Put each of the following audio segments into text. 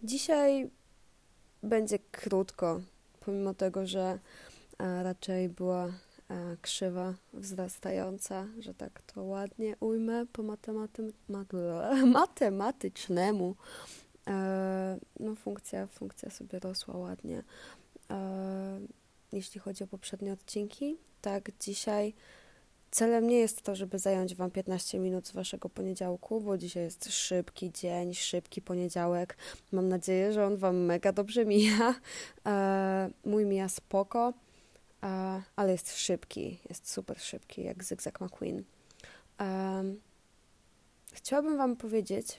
Dzisiaj będzie krótko, pomimo tego, że raczej była krzywa wzrastająca, że tak to ładnie ujmę po matematycznemu. No funkcja sobie rosła ładnie. Jeśli chodzi o poprzednie odcinki, tak dzisiaj celem nie jest to, żeby zająć Wam 15 minut z Waszego poniedziałku, bo dzisiaj jest szybki dzień, szybki poniedziałek. Mam nadzieję, że on Wam mega dobrze mija. Mój mija spoko, ale jest szybki, jest super szybki, jak Zygzak McQueen. Chciałabym Wam powiedzieć,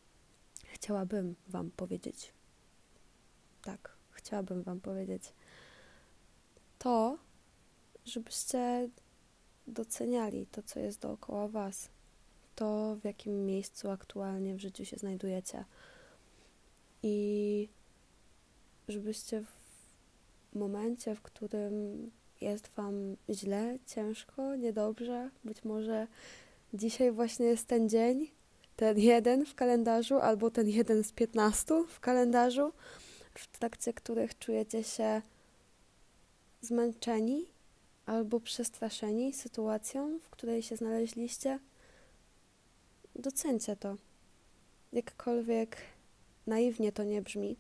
to, żebyście doceniali to, co jest dookoła Was, to, w jakim miejscu aktualnie w życiu się znajdujecie i żebyście w momencie, w którym jest Wam źle, ciężko, niedobrze, być może dzisiaj właśnie jest ten dzień, ten jeden w kalendarzu, albo ten jeden z 15 w kalendarzu, w trakcie których czujecie się zmęczeni albo przestraszeni sytuacją, w której się znaleźliście. Doceńcie to. Jakkolwiek naiwnie to nie brzmi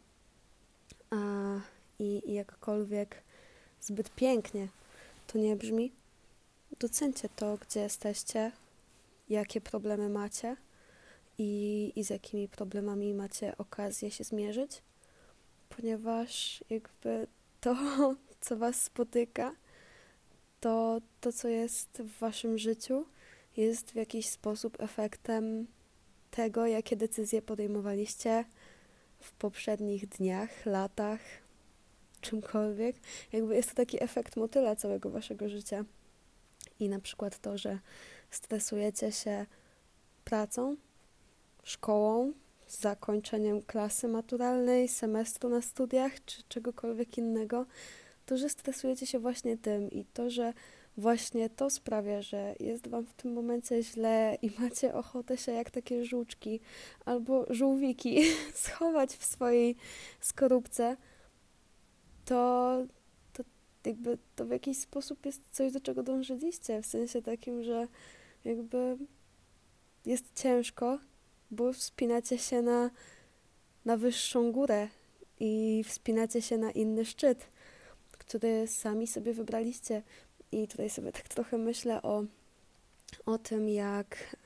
i jakkolwiek zbyt pięknie to nie brzmi, doceńcie to, gdzie jesteście, jakie problemy macie i z jakimi problemami macie okazję się zmierzyć, ponieważ jakby to, co Was spotyka, to, co jest w Waszym życiu, jest w jakiś sposób efektem tego, jakie decyzje podejmowaliście w poprzednich dniach, latach, czymkolwiek. Jakby jest to taki efekt motyla całego Waszego życia. I na przykład to, że stresujecie się pracą, szkołą, zakończeniem klasy maturalnej, semestru na studiach, czy czegokolwiek innego, to, że stresujecie się właśnie tym i to, że właśnie to sprawia, że jest Wam w tym momencie źle i macie ochotę się jak takie żuczki albo żółwiki schować w swojej skorupce, to jakby to w jakiś sposób jest coś, do czego dążyliście, w sensie takim, że jakby jest ciężko, bo wspinacie się na wyższą górę i wspinacie się na inny szczyt, który sami sobie wybraliście. I tutaj sobie tak trochę myślę o tym, jak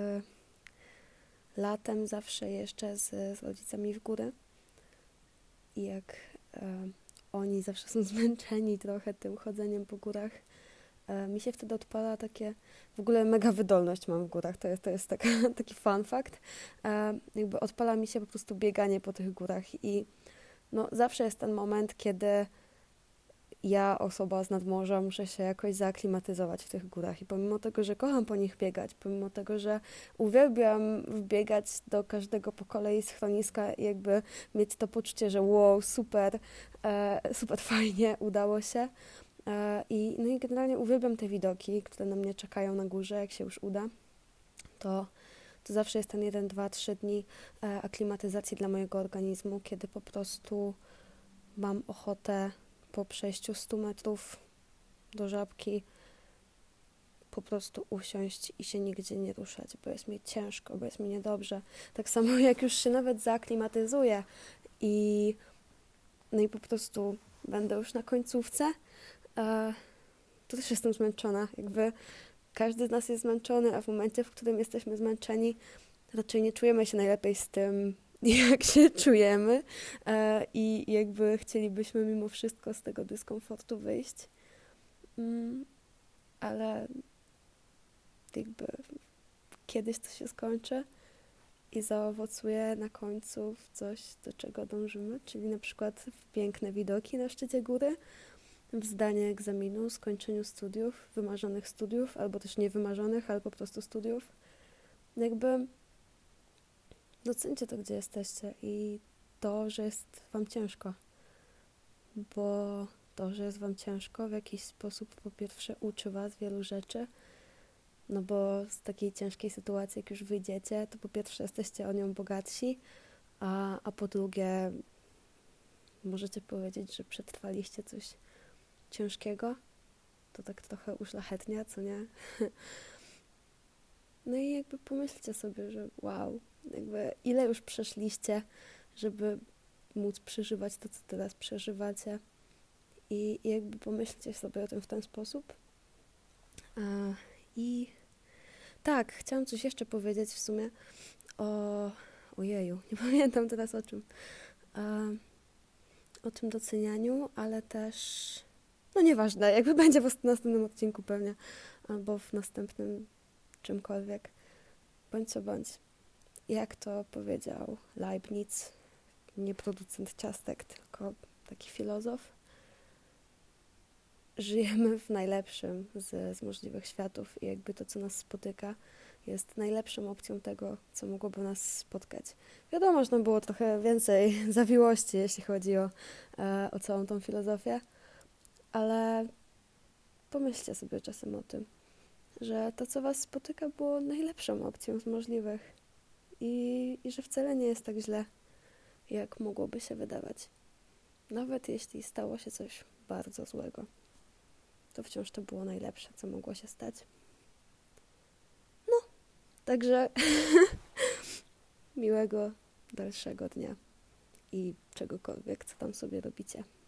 latem zawsze jeszcze z rodzicami w górę i jak oni zawsze są zmęczeni trochę tym chodzeniem po górach. Mi się wtedy odpala takie, w ogóle mega wydolność mam w górach, to jest taki fun fact. Jakby odpala mi się po prostu bieganie po tych górach i no, zawsze jest ten moment, kiedy ja, osoba z nadmorza, muszę się jakoś zaaklimatyzować w tych górach i pomimo tego, że kocham po nich biegać, pomimo tego, że uwielbiam wbiegać do każdego po kolei schroniska i jakby mieć to poczucie, że wow, super, super fajnie, udało się. No i generalnie uwielbiam te widoki, które na mnie czekają na górze, jak się już uda, to zawsze jest ten 1, 2, 3 dni aklimatyzacji dla mojego organizmu, kiedy po prostu mam ochotę po przejściu 100 metrów do Żabki po prostu usiąść i się nigdzie nie ruszać, bo jest mi ciężko, bo jest mi niedobrze. Tak samo jak już się nawet zaaklimatyzuję no i po prostu będę już na końcówce, to też jestem zmęczona. Jakby każdy z nas jest zmęczony, a w momencie, w którym jesteśmy zmęczeni, raczej nie czujemy się najlepiej z tym, jak się czujemy i jakby chcielibyśmy mimo wszystko z tego dyskomfortu wyjść. Ale jakby kiedyś to się skończy i zaowocuje na końcu w coś, do czego dążymy, czyli na przykład w piękne widoki na szczycie góry, w zdanie egzaminu, skończeniu studiów, wymarzonych studiów, albo też niewymarzonych, ale po prostu studiów. Jakby doceńcie to, gdzie jesteście i to, że jest Wam ciężko. Bo to, że jest Wam ciężko, w jakiś sposób po pierwsze uczy Was wielu rzeczy, no bo z takiej ciężkiej sytuacji, jak już wyjdziecie, to po pierwsze jesteście o nią bogatsi, a po drugie możecie powiedzieć, że przetrwaliście coś ciężkiego. To tak trochę uszlachetnia, co nie? No i jakby pomyślcie sobie, że wow, jakby ile już przeszliście, żeby móc przeżywać to, co teraz przeżywacie. I jakby pomyślcie sobie o tym w ten sposób. I tak, chciałam coś jeszcze powiedzieć w sumie ojeju, nie pamiętam teraz o czym. O tym docenianiu, ale też no nieważne, jakby będzie w następnym odcinku pewnie, albo w następnym czymkolwiek. Bądź co bądź. Jak to powiedział Leibniz, nie producent ciastek, tylko taki filozof, żyjemy w najlepszym z możliwych światów i jakby to, co nas spotyka, jest najlepszą opcją tego, co mogłoby nas spotkać. Wiadomo, że tam było trochę więcej zawiłości, jeśli chodzi o całą tą filozofię, ale pomyślcie sobie czasem o tym, że to, co was spotyka, było najlepszą opcją z możliwych i że wcale nie jest tak źle, jak mogłoby się wydawać. Nawet jeśli stało się coś bardzo złego, to wciąż to było najlepsze, co mogło się stać. No, także miłego dalszego dnia i czegokolwiek, co tam sobie robicie.